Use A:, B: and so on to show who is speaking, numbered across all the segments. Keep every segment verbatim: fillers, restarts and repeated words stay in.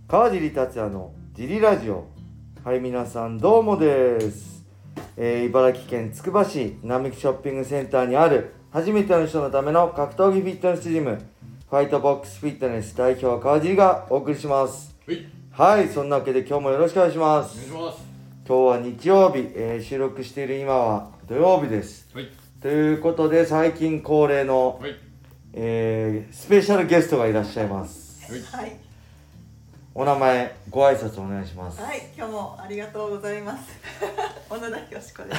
A: 川尻達也のジリラジオ。はい、皆さんどうもです、えー、茨城県つくば市並木ショッピングセンターにある初めての人のための格闘技フィットネスジム、ファイトボックスフィットネス代表は川尻がお送りします。はい、はい、そんなわけで今日もよろしくお願いします。
B: お願いします。
A: 今日は日曜日、えー、収録している今は土曜日です、
B: はい、
A: ということで最近恒例の、はい、えー、スペシャルゲストがいらっしゃいます。
C: はい、
A: お名前ご挨拶お願いします。
C: はい、今日もありがとうございます。小野田よしこです。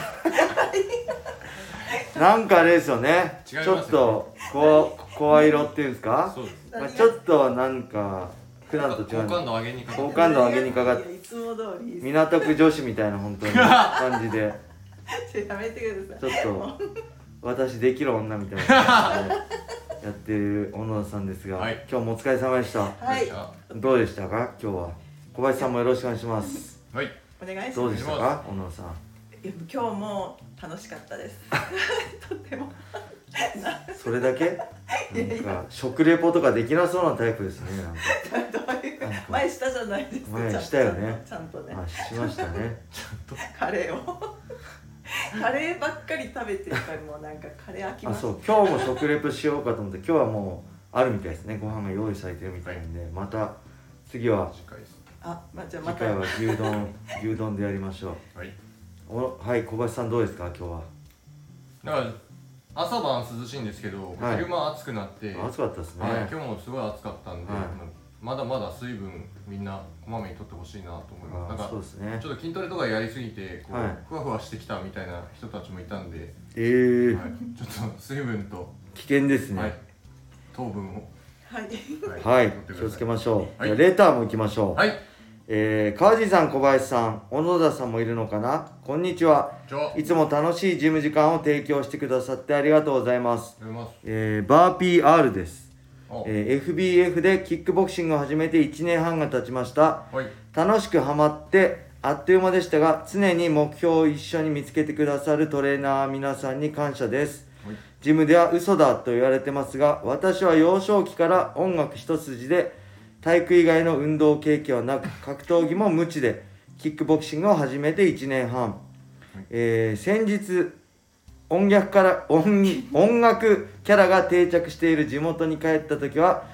A: なんかあれですよね、
B: 違いますよね、
A: ちょっとこ声色っていうんですか。
B: そうです、
A: まあ、ちょっとなんか普段と違う、
B: 好感度上げにかかって
A: 好感度上げにかかって、
C: いつも通り
A: 港区女子みたいな本当に感じで
C: やめてください。
A: ちょっと私できる女みたいな感じでやってる小野田さんですが、はい、今日もお疲れ様でした。
C: はい、
A: どうでしたか今日は。小林さんもよろしくお願いします。
B: はい、
C: お願いします。
A: どうでしたか小野田さん。
C: 今日も楽しかったです。とても
A: それだけなんか食レポとかできなそうなタイプですね。なんか
C: 前したじゃないですか。
A: 前したよね。
C: ちゃんとね。
A: あ、しましたね。
C: カレーをカレーばっかり食べてるからもうなんかカレー飽きます。
A: あ、そう、今日も食レポしようかと思って、今日はもうあるみたいですね。ご飯が用意されてるみたいなんで、また次は
B: 次回です。
C: あ、まあ、じゃあまた
A: 次回は牛丼牛丼でやりましょう。
B: はい。
A: お、はい、小林さんどうですか今日は。
B: だから朝晩涼しいんですけど、はい、昼間暑くなって、
A: 暑かったですね、
B: はい、今日もすごい暑かったんで、はい、まだまだ水分みんなこまめにとってほしいなと思います。なんかそうですね、ちょっと筋トレとかやりすぎてこう、はい、ふわふわしてきたみたいな人たちもいたんで、
A: えー
B: はい、ちょっと水分と
A: 危険ですね、
B: はい、糖分を
C: はい、
A: はいはい、気をつけましょう、はい、じゃあレターも行きましょう。
B: はい、
A: えー、川地さん、小林さん、小野田さんもいるのかな。こんにちは。いつも楽しいジム時間を提供してくださってありがとうございます。えー、バー ピーアール です。えー、エフビーエフ でキックボクシングを始めていちねんはんが経ちました。
B: はい、
A: 楽しくハマってあっという間でしたが、常に目標を一緒に見つけてくださるトレーナー皆さんに感謝です。はい、ジムでは嘘だと言われてますが、私は幼少期から音楽一筋で体育以外の運動経験はなく、格闘技も無知でキックボクシングを始めていちねんはん、はい、えー、先日音楽から音、音楽キャラが定着している地元に帰った時は、はい、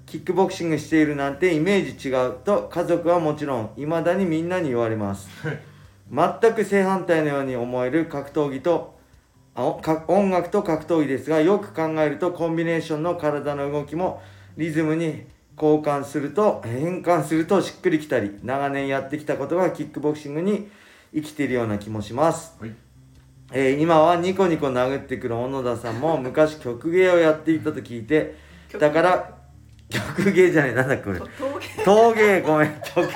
A: キックボクシングしているなんてイメージ違うと家族はもちろん未だにみんなに言われます。全く正反対のように思える格闘技とあ音楽と格闘技ですが、よく考えるとコンビネーションの体の動きもリズムに交換すると変換するとしっくりきたり、長年やってきたことがキックボクシングに生きているような気もします。はい、えー、今はニコニコ殴ってくる小野田さんも昔曲芸をやっていたと聞いて、だから曲芸じゃない、なんだっけこれ、陶芸、ごめん、曲芸じ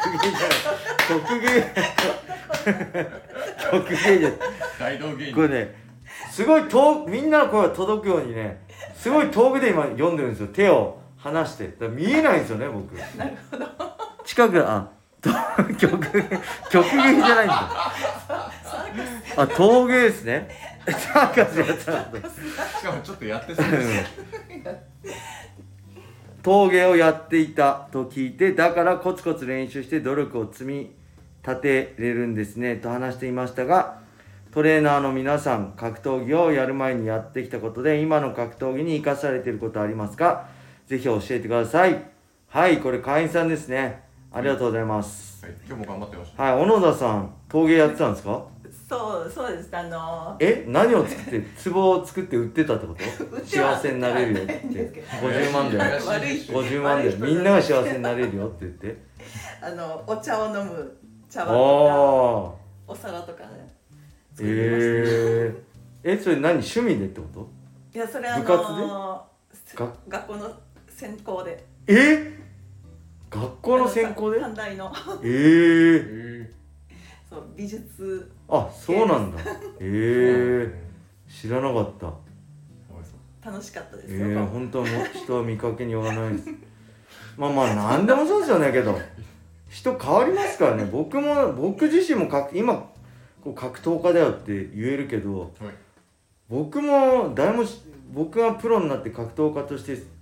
A: ゃない曲芸曲芸じゃない
B: 大道芸人、
A: これね、すごい遠みんなの声が届くようにね、すごい遠くで今読んでるんですよ。手を離して、だから見えないんですよね僕。
C: なるほど。
A: 近く、あ、曲曲芸じゃないんだ。あ、陶芸ですね。サーカスやったんだ。
B: しかもちょっとやってそうです。
A: 陶芸をやっていたと聞いて、だからコツコツ練習して努力を積み立てれるんですねと話していましたが、トレーナーの皆さん、格闘技をやる前にやってきたことで今の格闘技に生かされていることはありますか。ぜひ教えてください。はい、これ会員さんですね。ありがとうございます。
B: はい、今日も頑張ってました。
A: はい、小野田さん、陶芸やってたんですか。
C: そうそうです。あのー、
A: え、何を作って壺を作って売ってたってこと。幸せになれるよってごじゅうまんでごじゅうまんでみんなが幸せになれるよって言って
C: あのお茶を飲む茶碗とかお皿とかね作りました。
A: えー、え、それ何趣味でってこと。
C: いや、それあのー、
A: 部活で
C: 学校の専攻で。
A: え、学校の専攻で
C: 短大の
A: えー、
C: そう美術。
A: あ、そうなんだ。えー、知らなかった。
C: 楽しかったですよ。
A: えー、本当も人は見かけによらないです。まあまあ何でもそうですよねけど、人変わりますからね。僕も僕自身もか今こう格闘家だよって言えるけど、はい、僕も誰も僕がプロになって格闘家として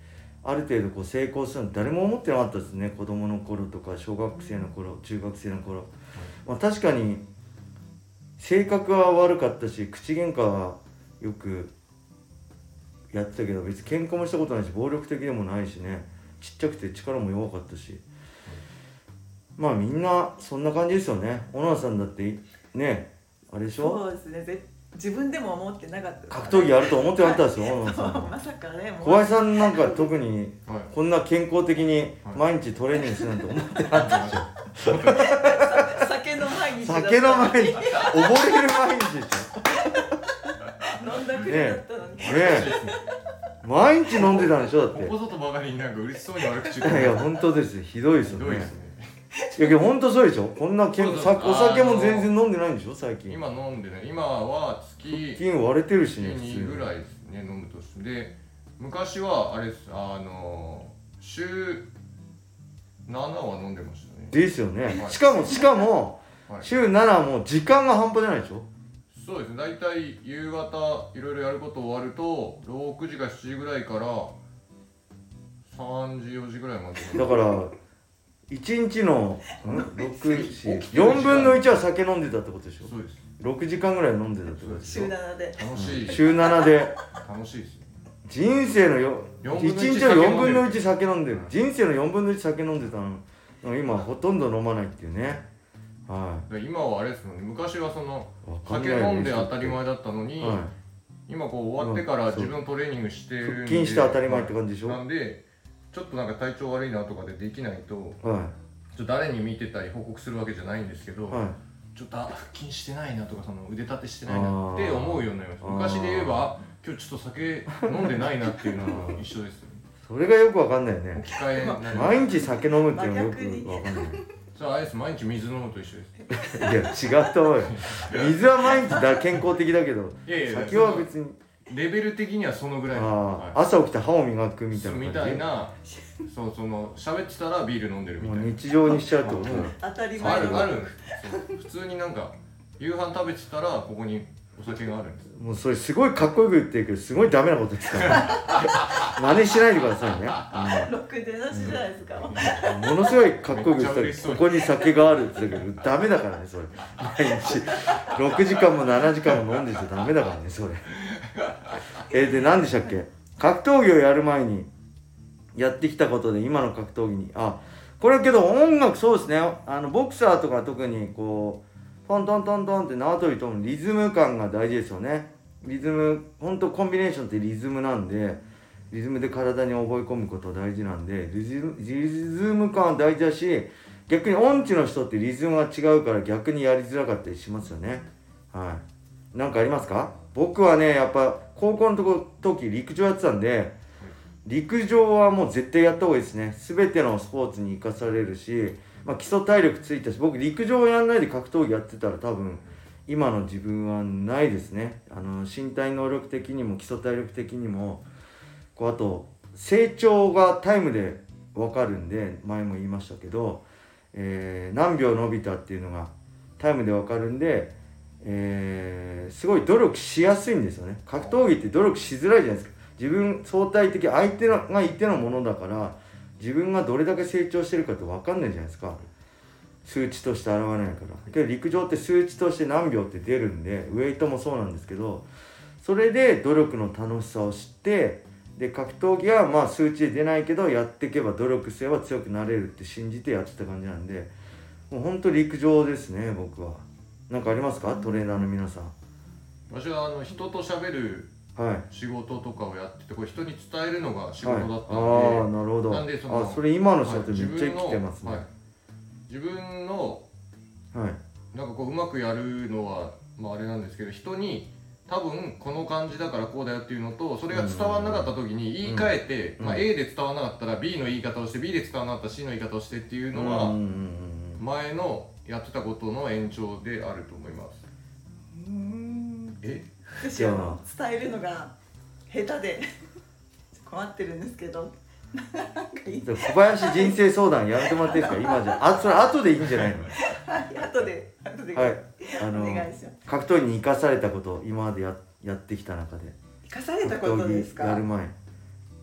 A: ある程度こう成功するの誰も思ってなかったですね。子供の頃とか小学生の頃、中学生の頃、まあ、確かに性格は悪かったし口喧嘩はよくやってたけど、別に喧嘩もしたことないし暴力的でもないしね、ちっちゃくて力も弱かったし、まあみんなそんな感じですよね。小野さんだってね、あれでしょ。
C: そうですね、ぜ自分でも思ってなかった、ね、
A: 格闘技やると思ってなかったですよ、小野さん。
C: まさかね。
A: 小林さんなんか特にこんな健康的に毎日トレーニングするなんて思ってなかったでしょ。
C: 酒の毎日だった。
A: 酒の毎日、溺れる毎日でし
C: ょ。飲んだくれだったのに。ね
A: え、毎日飲んでたんでしょ。だって
B: ここぞとばかりになんか嬉しそうに悪口言
A: って。いや本当です、ひどいですよね。
B: ひどいですね。
A: いやけど本当そうでしょ。こんなけんお酒も全然飲んでないんでしょ最近。
B: 今飲んでない。今は月
A: 金割れてるしね。
B: にぐらいですね、飲むとして。で昔はあれです、あの週ななは飲んでましたね。
A: ですよね、
B: はい、
A: しかもしかも、はい、週ななも時間が半端じゃないでしょ。
B: そうですね、大体夕方いろいろやること終わるとろくじかしちじぐらいからさんじよじぐらいまで。
A: だからいちにちのろく、よんぶんのいちは酒飲んでたってことでしょ。
B: そうです。
A: ろくじかんぐらい飲んでたってことでしょ。
C: 週ななで
B: 楽しい。
A: 週ななで
B: 楽しいですね。
A: 人生のよいちにちのよんぶんのいち酒飲んでる。人生のよんぶんのいち酒飲んでたの今ほとんど飲まないっていうね。はい。
B: 今はあれですもんね、昔はその酒飲んで当たり前だったのに、はい、今こう終わってから自分トレーニングしてるんで
A: 腹筋して当たり前って感じでしょ。
B: なんでちょっとなんか体調悪いなとかでできないと、
A: はい、
B: ちょっと誰に見てたり報告するわけじゃないんですけど、はい、ちょっと腹筋してないなとかその腕立てしてないなって思うようになりました。昔で言えば今日ちょっと酒飲んでないなっていうのは一緒ですよね。
A: それがよくわかんないよね。
B: 置き換えになる。
A: 毎日酒飲むっていうのがよくわかんない。
B: それあれです、毎日水飲むと一緒です。
A: いや違うと思うよ。水は毎日だ健康的だけど、いやいや酒は別に
B: レベル的にはそのぐらい。あ、
A: はい、朝起きて歯を磨くみたいな感じ。
B: みたいな、そうその喋ってたらビール飲んでるみたいな。
A: もう日常にしちゃうってこと。
C: 当たり前。
B: あるある。普通になんか夕飯食べてたらここにお酒があるんです。
A: もうそれすごいかっこよく言ってるけどすごいダメなことですから真似しないでくださいね。
C: ろくでなしじゃないですか。
A: ものすごいかっこよく言ってたここに酒があるって言ったけどダメだからねそれ。毎日ろくじかんもななじかんも飲んでちゃダメだからねそれ。えー、で何でしたっけ。格闘技をやる前にやってきたことで今の格闘技にあこれけど音楽そうですね。あのボクサーとか特にこうトントントントンって縄跳びとリズム感が大事ですよね。リズムほんとコンビネーションってリズムなんでリズムで体に覚え込むこと大事なんでリズム、リズム感は大事だし逆に音痴の人ってリズムが違うから逆にやりづらかったりしますよね。はいなんかありますか。僕はねやっぱ高校のとこ時陸上やってたんで陸上はもう絶対やった方がいいですね。全てのスポーツに生かされるしまあ、基礎体力ついたし僕陸上をやらないで格闘技やってたら多分今の自分はないですね。あの身体能力的にも基礎体力的にもこうあと成長がタイムで分かるんで前も言いましたけど、えー、何秒伸びたっていうのがタイムで分かるんで、えー、すごい努力しやすいんですよね。格闘技って努力しづらいじゃないですか。自分相対的相手がいてのものだから自分がどれだけ成長してるかって分かんないじゃないですか。数値として現れないから。けど陸上って数値として何秒って出るんでウェイトもそうなんですけどそれで努力の楽しさを知ってで格闘技はまあ数値で出ないけどやっていけば努力すれば強くなれるって信じてやってた感じなんでもうほんと陸上ですね僕は。なんかありますかトレーナーの皆さん。
B: 私はあの人と喋る仕事とかをやっててこれ人に伝えるのが仕事だったんで、はい、
A: ああなるほど。
B: なんでその
A: あそれ今の人ってめっちゃ生きてますね。
B: はい、自分の、
A: はい、
B: なんかこううまくやるのは、まあ、あれなんですけど人に多分この感じだからこうだよっていうのとそれが伝わらなかった時に言い換えて、うんまあ、A で伝わらなかったら B の言い方をして B で伝わらなかったら C の言い方をしてっていうのは前のやってたことの延長であると思います。
C: うーん
B: え
C: 私は伝えるのが下手で困ってるんですけど
A: 小林人生相談やめてもらっていいですか今じゃあそれ後でいいんじゃないの。
C: はい後で後で、
A: はい、あの
C: お願いします。
A: 格闘技に生かされたこと今まで や, やってきた中で
C: 生かされたことですか。
A: やる前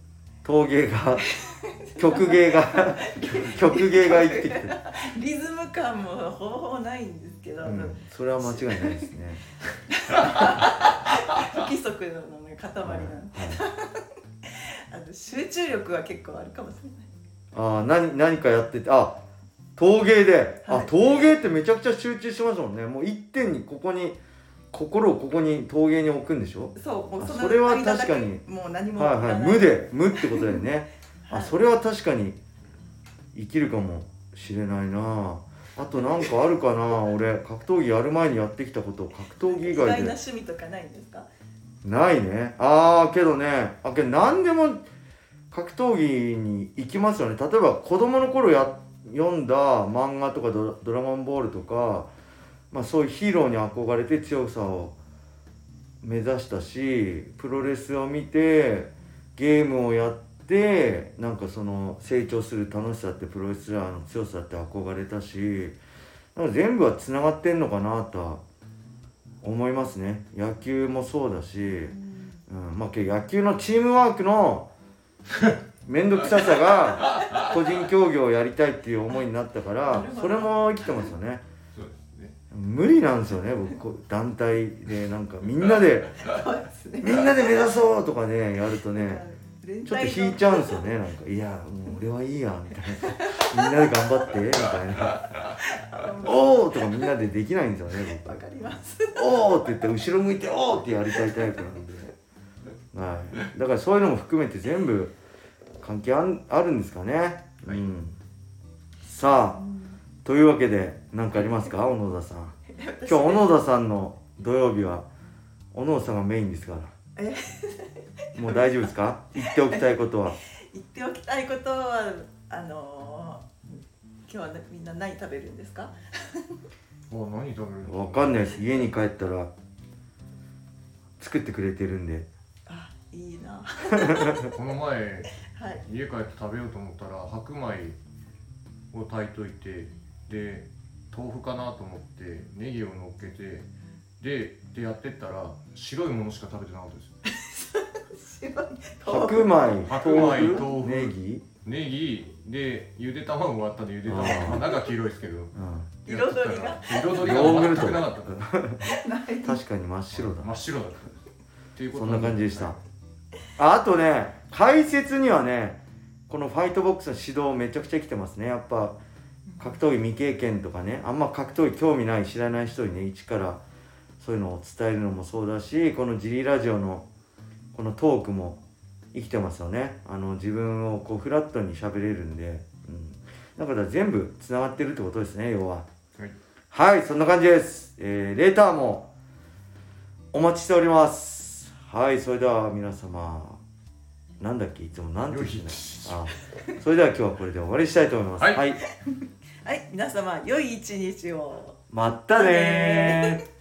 A: 陶芸が曲芸が曲芸が生きてきてる、
C: リズム感もほぼほぼないんですけど、
A: うん、それは間違いないですね
C: 不規則の、ね、塊なんで、はいはい、あの集中力は結構あるかもしれない。
A: ああ、何何かやってて、あ、陶芸で、はい、あ、陶芸ってめちゃくちゃ集中しますもんね。もう一点にここに心をここに陶芸に置くんでしょ。
C: そう、もう そ,
A: それは確かに
C: もう何も
A: はいはい、無で無ってことだよね、はい、あ、それは確かに生きるかもしれないな。あとなんかあるかな俺格闘技やる前にやってきたこと格闘技以外で
C: 意外な趣味とかないんですか。
A: ないね。ああ、けどね、あけど何でも格闘技に行きますよね。例えば子供の頃や読んだ漫画とか ド, ドラゴンボールとか、まあ、そういうヒーローに憧れて強さを目指したし、プロレスを見てゲームをやってなんかその成長する楽しさってプロレスラーの強さって憧れたし、なんか全部はつながってんのかなとは思いますね。野球もそうだし、うんうん、まあ野球のチームワークの面倒くささが個人競技をやりたいっていう思いになったからそれも生きてますよね。
B: そうですね。
A: 無理なんですよね僕団体でなんかみんなでみんなで目指そうとかねやるとねちょっと引いちゃうんですよね。なんかいやもう俺はいいやみたいなみんなで頑張ってみたいなおーとかみんなでできないんですよね僕。
C: わかります。
A: おーって言って後ろ向いておーってやりたいタイプなんで、はい、だからそういうのも含めて全部関係 あ, あるんですかね、はい、うん、さあ、うん、というわけで何かありますか小野田さん。今日小野田さんの土曜日は小野田さんがメインですからえもう大丈夫ですか。言っておきたいことは
C: 言っておきたいことはあのー、今日はみんな何食べるんですか
B: あ、何食べるの
A: わかんないです。家に帰ったら作ってくれてるんで。
C: あ、いいな
B: この前、はい、家帰って食べようと思ったら白米を炊いといて、で豆腐かなと思ってネギを乗っけてででやってったら白いものしか食べてなかったです
A: 白米、
B: 白米、豆腐、
A: ネギ
B: ネギでゆで卵もあったんでゆで卵、まあ、中黄色いですけど、うん、
C: 彩りが
B: 彩りが全くなかった
A: 確かに真っ白だ
B: 真っ白だったっていうこと
A: そんな感じでした。あ, あとね解説にはねこのファイトボックスの指導めちゃくちゃ来てますね。やっぱ格闘技未経験とかねあんま格闘技興味ない知らない人にね一からそういうのを伝えるのもそうだし、このジリラジオのこのトークも生きてますよね。あの自分をこうフラットに喋れるんで、うん、だから全部つながってるってことですね要は。はい、はい、そんな感じです。えー、レーターもお待ちしております。はい、それでは皆様なんだっけいつもなんて言ってないあそれでは今日はこれで終わりしたいと思います。はい、はい
C: はい、皆様良い一日を。
A: またね